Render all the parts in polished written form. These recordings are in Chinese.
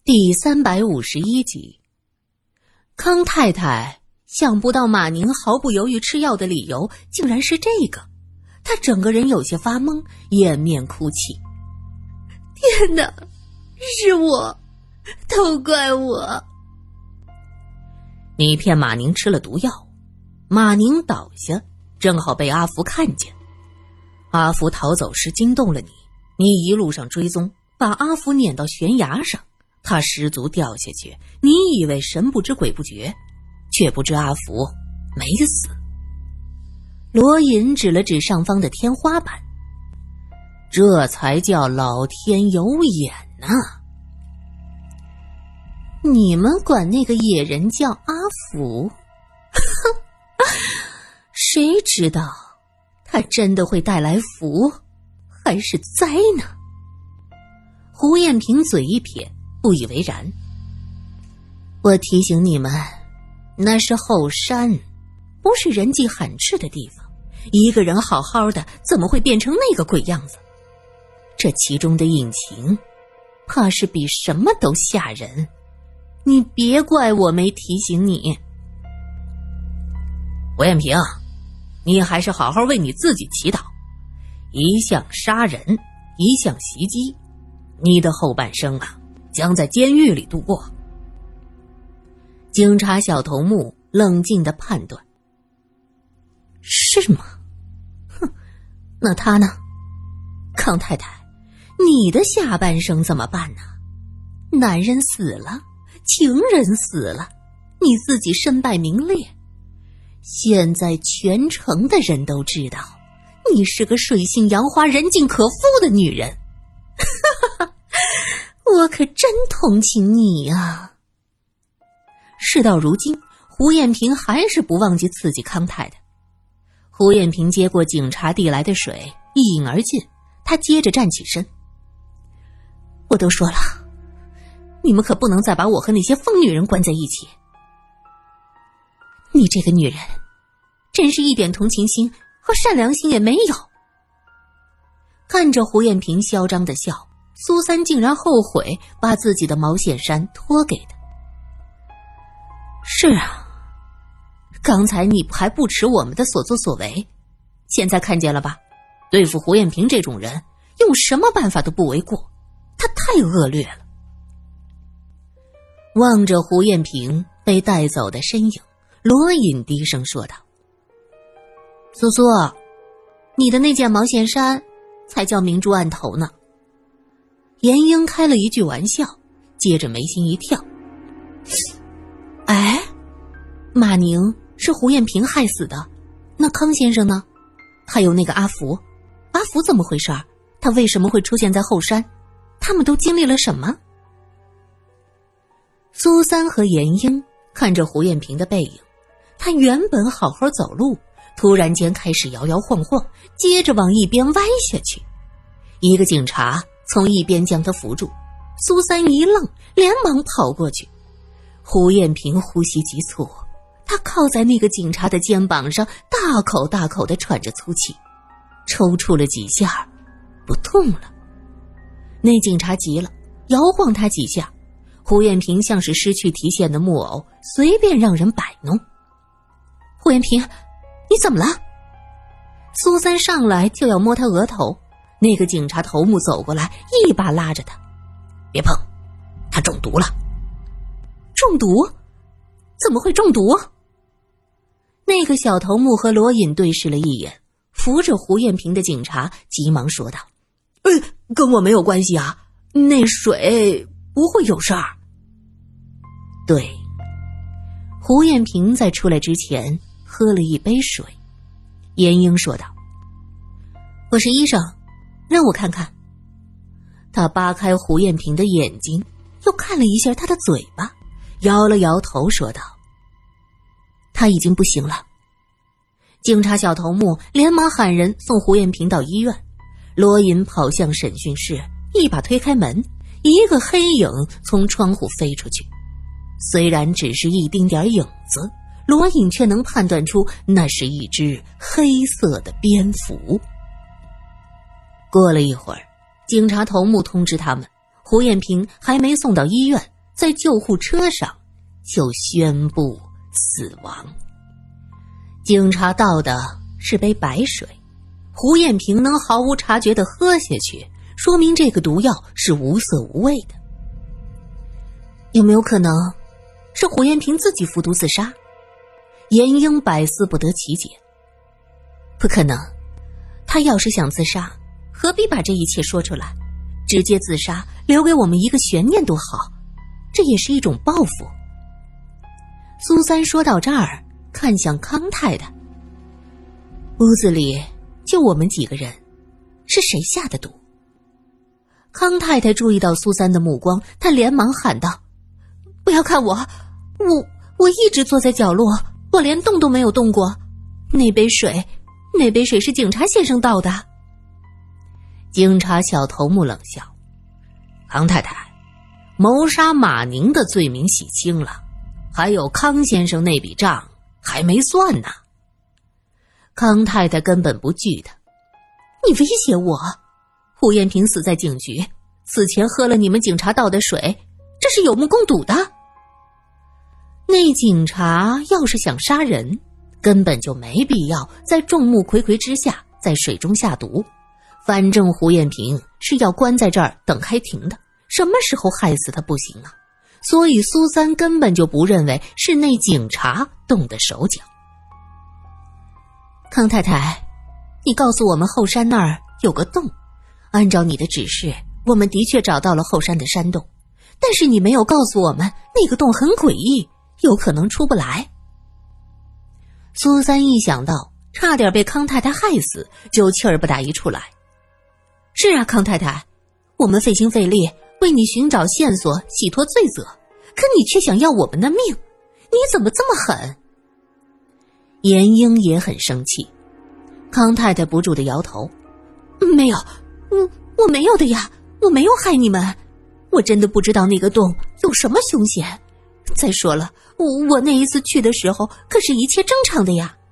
第351集。康太太想不到马宁毫不犹豫吃药的理由竟然是这个，她整个人有些发懵，掩面哭泣。天哪，是我，都怪我。你骗马宁吃了毒药，马宁倒下，正好被阿福看见。阿福逃走时惊动了你，你一路上追踪，把阿福撵到悬崖上，他失足掉下去，你以为神不知鬼不觉，却不知阿福没死。罗隐指了指上方的天花板，这才叫老天有眼呐！你们管那个野人叫阿福？谁知道他真的会带来福还是灾呢？胡艳萍嘴一撇，不以为然。我提醒你们，那是后山，不是人迹罕至的地方，一个人好好的怎么会变成那个鬼样子？这其中的隐情怕是比什么都吓人，你别怪我没提醒你。胡艳萍，你还是好好为你自己祈祷，一向杀人，一向袭击，你的后半生将在监狱里度过。警察小头目冷静地判断。是吗？哼，那他呢？康太太，你的下半生怎么办呢？男人死了，情人死了，你自己身败名裂，现在全城的人都知道你是个水性杨花、人尽可夫的女人。我可真同情你啊！事到如今，胡艳萍还是不忘记刺激康太太。胡艳萍接过警察递来的水，一饮而尽，她接着站起身。我都说了，你们可不能再把我和那些疯女人关在一起。你这个女人，真是一点同情心和善良心也没有。看着胡艳萍嚣张的笑，苏三竟然后悔把自己的毛线衫脱给他。是啊，刚才你还不耻我们的所作所为，现在看见了吧？对付胡艳萍这种人，用什么办法都不为过，她太恶劣了。望着胡艳萍被带走的身影，罗隐低声说道：苏苏，你的那件毛线衫才叫明珠暗头呢。严英开了一句玩笑，接着眉心一跳。哎，马宁是胡艳萍害死的，那康先生呢？还有那个阿福怎么回事？他为什么会出现在后山？他们都经历了什么？苏三和严英看着胡艳萍的背影，她原本好好走路，突然间开始摇摇晃晃，接着往一边歪下去。一个警察从一边将她扶住，苏三一愣，连忙跑过去。胡艳萍呼吸急促，她靠在那个警察的肩膀上，大口大口地喘着粗气，抽搐了几下，不动了。那警察急了，摇晃她几下，胡艳萍像是失去提线的木偶，随便让人摆弄。胡艳萍，你怎么了？苏三上来就要摸她额头，那个警察头目走过来，一把拉着她：别碰，她中毒了。中毒？怎么会中毒？那个小头目和罗隐对视了一眼，扶着胡艳萍的警察急忙说道：跟我没有关系啊，那水不会有事儿。对，胡艳萍在出来之前喝了一杯水。严英说道：我是医生，让我看看。他扒开胡艳萍的眼睛，又看了一下她的嘴巴，摇了摇头说道：他已经不行了。警察小头目连忙喊人送胡艳萍到医院。罗隐跑向审讯室，一把推开门，一个黑影从窗户飞出去。虽然只是一丁点影子，罗隐却能判断出那是一只黑色的蝙蝠。过了一会儿，警察头目通知他们，胡艳萍还没送到医院， 在救护车上就宣布死亡。警察倒的是杯白水，胡艳萍能毫无察觉地喝下去，说明这个毒药是无色无味的。有没有可能是胡艳萍自己服毒自杀？严英百思不得其解。不可能，她要是想自杀，何必把这一切说出来？直接自杀，留给我们一个悬念多好，这也是一种报复。苏三说到这儿，看向康太太。屋子里就我们几个人，是谁下的毒？康太太注意到苏三的目光，她连忙喊道：不要看我，我一直坐在角落，我连动都没有动过。那杯水是警察先生倒的。警察小头目冷笑：康太太，谋杀马宁的罪名洗清了，还有康先生那笔账还没算呢。康太太根本不惧他：你威胁我？胡艳萍死在警局，死前喝了你们警察倒的水，这是有目共睹的。那警察要是想杀人，根本就没必要在众目睽睽之下在水中下毒。反正胡艳萍是要关在这儿等开庭的，什么时候害死他不行啊？所以苏三根本就不认为是那警察动的手脚。康太太，你告诉我们后山那儿有个洞，按照你的指示，我们的确找到了后山的山洞，但是你没有告诉我们那个洞很诡异，有可能出不来。苏三一想到差点被康太太害死，就气儿不打一处来。是啊，康太太，我们费心费力为你寻找线索，洗脱罪责，可你却想要我们的命，你怎么这么狠？严英也很生气。康太太不住地摇头：没有，我没有的呀，我没有害你们，我真的不知道那个洞有什么凶险。再说了，我那一次去的时候可是一切正常的呀。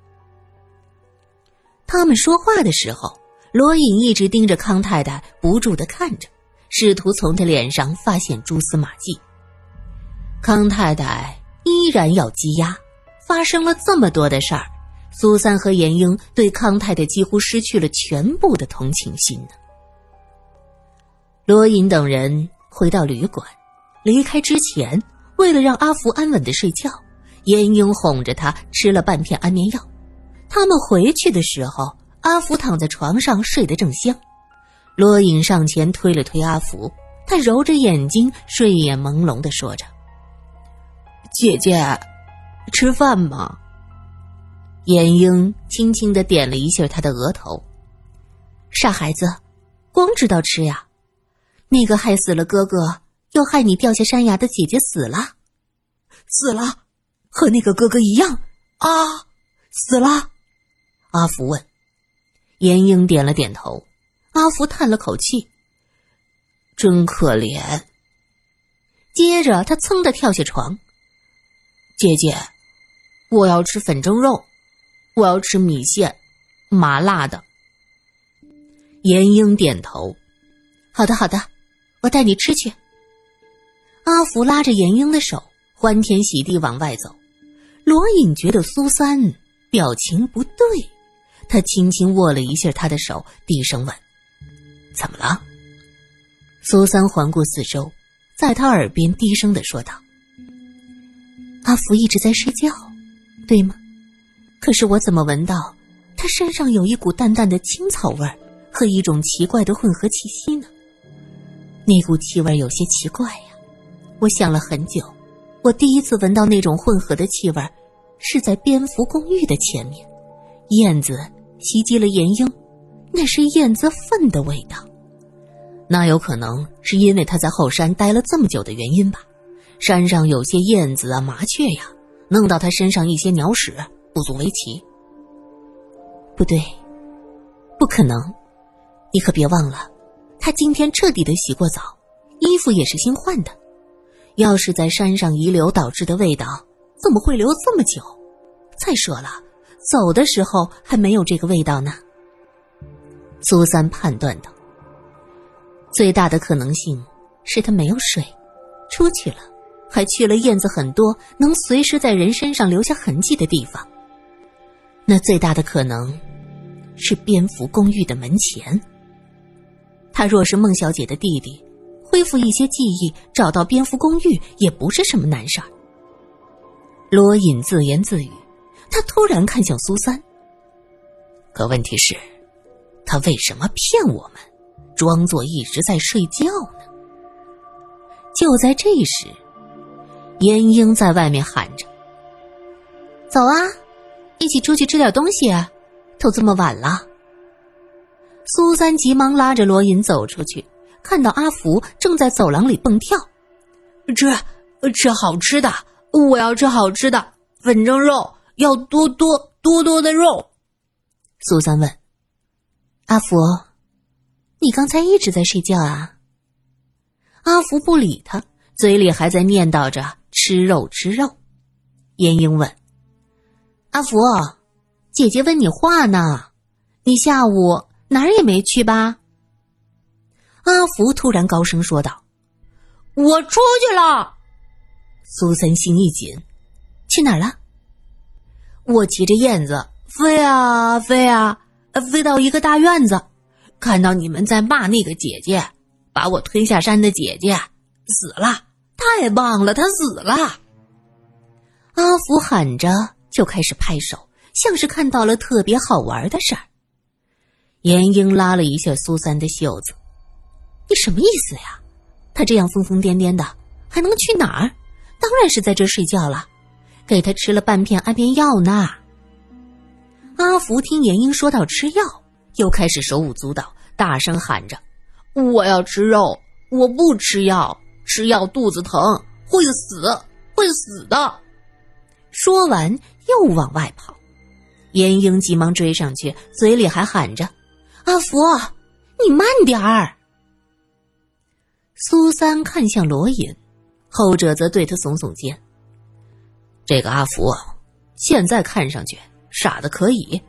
他们说话的时候，罗隐一直盯着康太太不住地看着，试图从她脸上发现蛛丝马迹。康太太依然要羁押，发生了这么多的事儿，苏三和严英对康太太几乎失去了全部的同情心呢。罗隐等人回到旅馆，离开之前，为了让阿福安稳地睡觉，严英哄着他吃了半片安眠药。他们回去的时候，阿福躺在床上睡得正香。罗隐上前推了推阿福，他揉着眼睛，睡眼朦胧地说着：姐姐，吃饭吗？严英轻轻地点了一下他的额头。傻孩子，光知道吃呀？那个害死了哥哥又害你掉下山崖的姐姐死了？死了？和那个哥哥一样啊？死了？阿福问。严英点了点头。阿福叹了口气：真可怜。接着他噌地跳下床：姐姐，我要吃粉蒸肉，我要吃米线，麻辣的。严英点头：好的好的，我带你吃去。阿福拉着严英的手，欢天喜地往外走。罗隐觉得苏三表情不对，他轻轻握了一下他的手，低声问：怎么了？苏三环顾四周，在他耳边低声地说道：阿福一直在睡觉，对吗？可是我怎么闻到他身上有一股淡淡的青草味和一种奇怪的混合气息呢？那股气味有些奇怪呀。我想了很久，我第一次闻到那种混合的气味是在蝙蝠公寓的前面，燕子袭击了严英，那是燕子粪的味道。那有可能是因为他在后山待了这么久的原因吧，山上有些燕子啊麻雀呀，弄到他身上一些鸟屎，不足为奇。不对，不可能，你可别忘了，他今天彻底的洗过澡，衣服也是新换的。要是在山上遗留导致的味道，怎么会留这么久？再说了，走的时候还没有这个味道呢。苏三判断道，最大的可能性是他没有水，出去了， 还去了燕子很多能随时在人身上留下痕迹的地方。那最大的可能是蝙蝠公寓的门前。他若是孟小姐的弟弟，恢复一些记忆，找到蝙蝠公寓也不是什么难事儿。罗隐自言自语，他突然看向苏三。可问题是，他为什么骗我们，装作一直在睡觉呢？就在这时，严英在外面喊着：“走啊，一起出去吃点东西啊，都这么晚了。”苏三急忙拉着罗隐走出去，看到阿福正在走廊里蹦跳。吃好吃的，我要吃好吃的，反正肉要多多的肉。苏三问：“阿福，你刚才一直在睡觉啊？”阿福不理他，嘴里还在念叨着吃肉吃肉。严英问：“阿福，姐姐问你话呢，你下午哪儿也没去吧？”阿福突然高声说道：“我出去了。”苏三心一紧：“去哪儿了？”“我骑着燕子飞啊飞啊，飞到一个大院子，看到你们在骂那个姐姐，把我推下山的姐姐死了，太棒了，她死了。”阿福喊着就开始拍手，像是看到了特别好玩的事儿。严英拉了一下苏三的袖子：“你什么意思呀？他这样疯疯癫癫的，还能去哪儿？当然是在这睡觉了，给他吃了半片安眠药呢。”阿福听严英说到吃药，又开始手舞足蹈，大声喊着：“我要吃肉，我不吃药，吃药肚子疼，会死的。”说完又往外跑。严英急忙追上去，嘴里还喊着：“阿福，你慢点儿。”苏三看向罗隐，后者则对他耸耸肩：“这个阿福现在看上去傻得可以。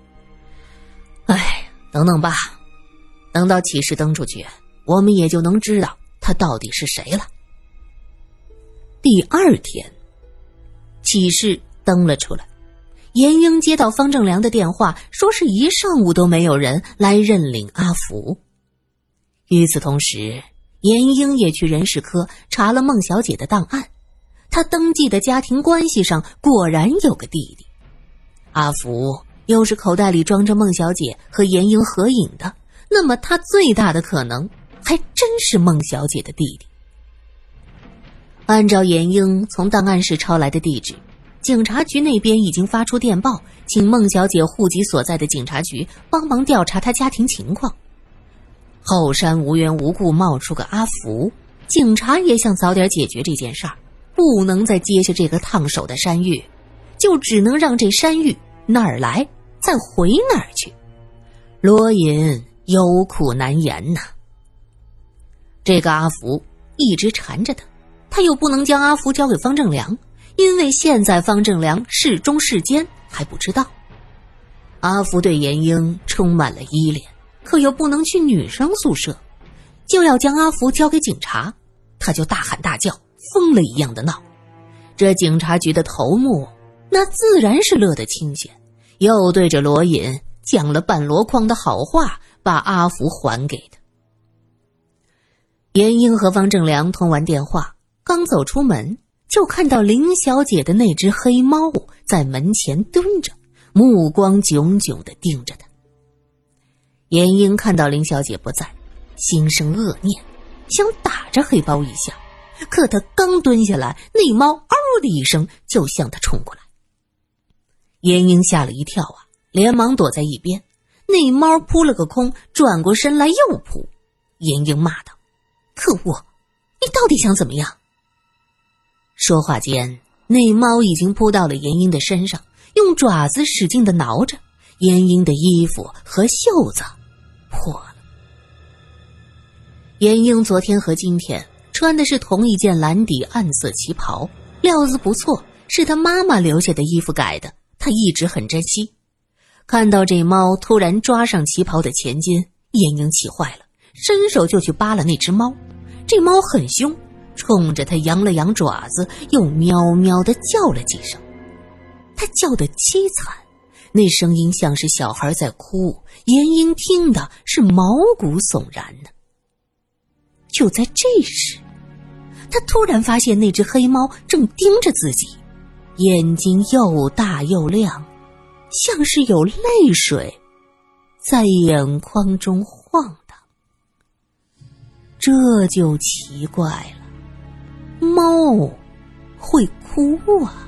等等吧，等到启示登出去，我们也就能知道他到底是谁了。”第二天，启示登了出来。严英接到方正良的电话，说是一上午都没有人来认领阿福。与此同时，严英也去人事科查了孟小姐的档案，她登记的家庭关系上果然有个弟弟。阿福又是口袋里装着孟小姐和严英合影的，那么他最大的可能还真是孟小姐的弟弟。按照严英从档案室抄来的地址，警察局那边已经发出电报，请孟小姐户籍所在的警察局帮忙调查她家庭情况。后山无缘无故冒出个阿福，警察也想早点解决这件事儿，不能再接下这个烫手的山芋，就只能让这山芋哪儿来再回哪儿去。罗隐有苦难言呐。这个阿福一直缠着他，他又不能将阿福交给方正良，因为现在方正良是忠是奸还不知道。阿福对严英充满了依恋，可又不能去女生宿舍，就要将阿福交给警察，他就大喊大叫，疯了一样的闹。这警察局的头目那自然是乐得清闲，又对着罗隐讲了半箩筐的好话，把阿福还给他。严英和方正良通完电话，刚走出门，就看到林小姐的那只黑猫在门前蹲着，目光炯炯地盯着他。严英看到林小姐不在，心生恶念，想打着黑猫一下，可他刚蹲下来，那猫嗷的一声就向他冲过来。严英吓了一跳啊，连忙躲在一边。那猫扑了个空，转过身来又扑。严英骂道：“可恶，你到底想怎么样？”说话间，那猫已经扑到了严英的身上，用爪子使劲地挠着。严英的衣服和袖子破了。严英昨天和今天穿的是同一件蓝底暗色旗袍，料子不错，是她妈妈留下的衣服改的，她一直很珍惜。看到这猫突然抓上旗袍的前襟，严英气坏了，伸手就去扒了那只猫。这猫很凶， 冲着他扬了扬爪子，又喵喵地叫了几声。他叫得凄惨，那声音像是小孩在哭，严英听的是毛骨悚然呢。就在这时，他突然发现那只黑猫正盯着自己，眼睛又大又亮，像是有泪水在眼眶中晃荡。这就奇怪了，猫会哭啊！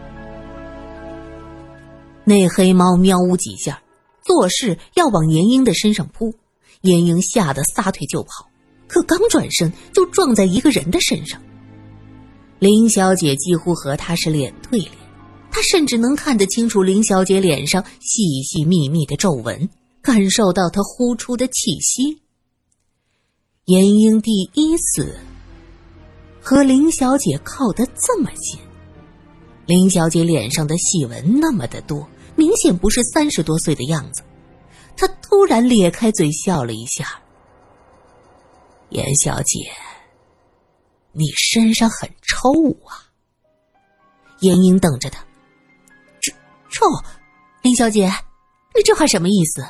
那黑猫喵呜几下，作势要往严英的身上扑，严英吓得撒腿就跑，可刚转身就撞在一个人的身上。林小姐几乎和他是脸对脸，她甚至能看得清楚林小姐脸上细细密密的皱纹，感受到她呼出的气息。严英第一次和林小姐靠得这么近，林小姐脸上的细纹那么的多，明显不是30多岁的样子。她突然咧开嘴笑了一下。严小姐，你身上很臭啊。严英瞪着她，臭？林小姐，你这话什么意思？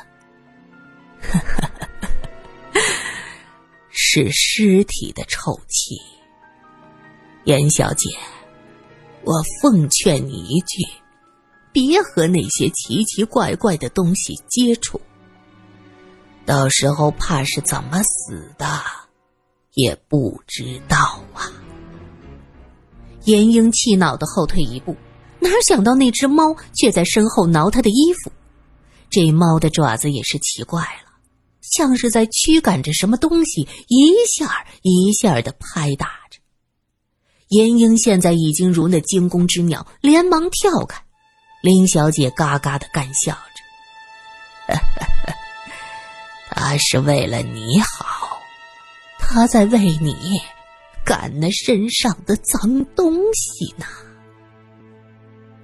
是尸体的臭气。严小姐，我奉劝你一句，别和那些奇奇怪怪的东西接触，到时候怕是怎么死的也不知道啊。严英气恼地后退一步，哪想到那只猫却在身后挠他的衣服。这猫的爪子也是奇怪了，像是在驱赶着什么东西，一下一下地拍打着。严英现在已经如那惊弓之鸟，连忙跳开。林小姐嘎嘎地干笑着，她是为了你好，她在为你赶那身上的脏东西呢。